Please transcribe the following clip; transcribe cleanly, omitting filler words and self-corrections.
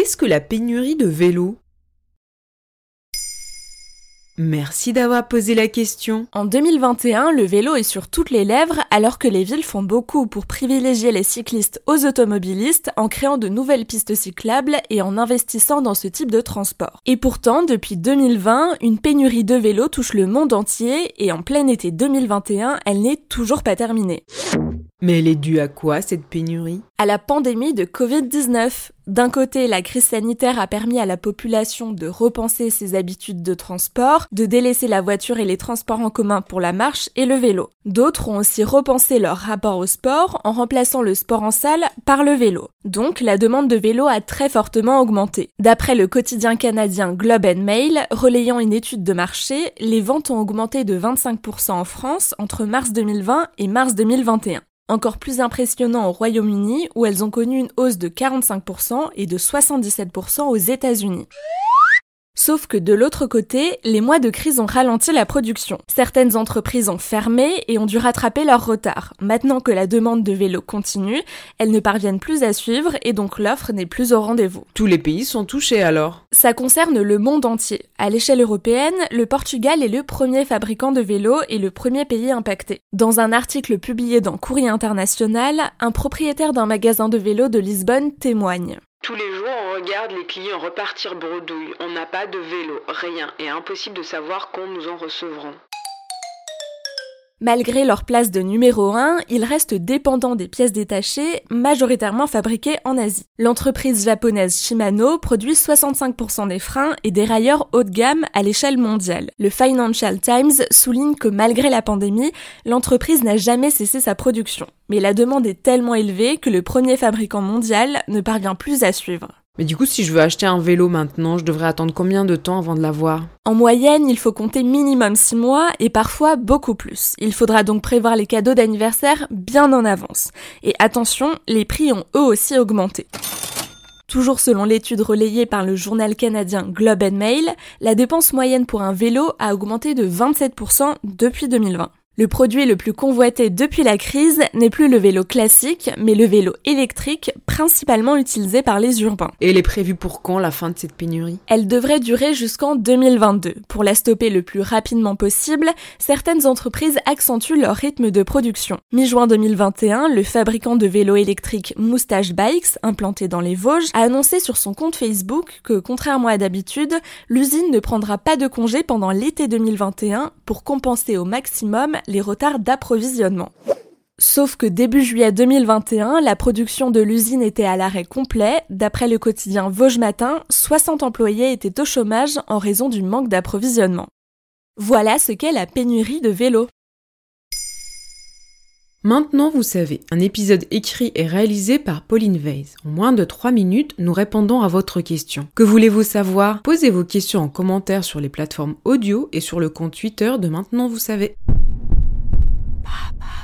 qu'est-ce que la pénurie de vélos ? Merci d'avoir posé la question. En 2021, le vélo est sur toutes les lèvres alors que les villes font beaucoup pour privilégier les cyclistes aux automobilistes en créant de nouvelles pistes cyclables et en investissant dans ce type de transport. Et pourtant, depuis 2020, une pénurie de vélos touche le monde entier et en plein été 2021, elle n'est toujours pas terminée. Mais elle est due à quoi, cette pénurie ? À la pandémie de Covid-19. D'un côté, la crise sanitaire a permis à la population de repenser ses habitudes de transport, de délaisser la voiture et les transports en commun pour la marche et le vélo. D'autres ont aussi repensé leur rapport au sport en remplaçant le sport en salle par le vélo. Donc, la demande de vélo a très fortement augmenté. D'après le quotidien canadien Globe and Mail, relayant une étude de marché, les ventes ont augmenté de 25% en France entre mars 2020 et mars 2021. Encore plus impressionnant au Royaume-Uni, où elles ont connu une hausse de 45% et de 77% aux États-Unis. Sauf que de l'autre côté, les mois de crise ont ralenti la production. Certaines entreprises ont fermé et ont dû rattraper leur retard. Maintenant que la demande de vélos continue, elles ne parviennent plus à suivre et donc l'offre n'est plus au rendez-vous. Tous les pays sont touchés alors ? Ça concerne le monde entier. À l'échelle européenne, le Portugal est le premier fabricant de vélos et le premier pays impacté. Dans un article publié dans Courrier International, un propriétaire d'un magasin de vélos de Lisbonne témoigne. Tous les jours, on regarde les clients repartir bredouille. On n'a pas de vélo, rien, et impossible de savoir quand nous en recevrons. Malgré leur place de numéro 1, ils restent dépendants des pièces détachées, majoritairement fabriquées en Asie. L'entreprise japonaise Shimano produit 65% des freins et des railleurs haut de gamme à l'échelle mondiale. Le Financial Times souligne que malgré la pandémie, l'entreprise n'a jamais cessé sa production. Mais la demande est tellement élevée que le premier fabricant mondial ne parvient plus à suivre. Mais du coup, si je veux acheter un vélo maintenant, je devrais attendre combien de temps avant de l'avoir ? En moyenne, il faut compter minimum 6 mois et parfois beaucoup plus. Il faudra donc prévoir les cadeaux d'anniversaire bien en avance. Et attention, les prix ont eux aussi augmenté. Toujours selon l'étude relayée par le journal canadien Globe and Mail, la dépense moyenne pour un vélo a augmenté de 27% depuis 2020. Le produit le plus convoité depuis la crise n'est plus le vélo classique, mais le vélo électrique, principalement utilisé par les urbains. Et elle est prévue pour quand, la fin de cette pénurie ? Elle devrait durer jusqu'en 2022. Pour la stopper le plus rapidement possible, certaines entreprises accentuent leur rythme de production. Mi-juin 2021, le fabricant de vélos électriques Moustache Bikes, implanté dans les Vosges, a annoncé sur son compte Facebook que, contrairement à d'habitude, l'usine ne prendra pas de congé pendant l'été 2021 pour compenser au maximum les retards d'approvisionnement. Sauf que début juillet 2021, la production de l'usine était à l'arrêt complet. D'après le quotidien Vosges Matin, 60 employés étaient au chômage en raison du manque d'approvisionnement. Voilà ce qu'est la pénurie de vélos. Maintenant, vous savez, un épisode écrit et réalisé par Pauline Weiss. En moins de 3 minutes, nous répondons à votre question. Que voulez-vous savoir ? Posez vos questions en commentaire sur les plateformes audio et sur le compte Twitter de Maintenant, vous savez.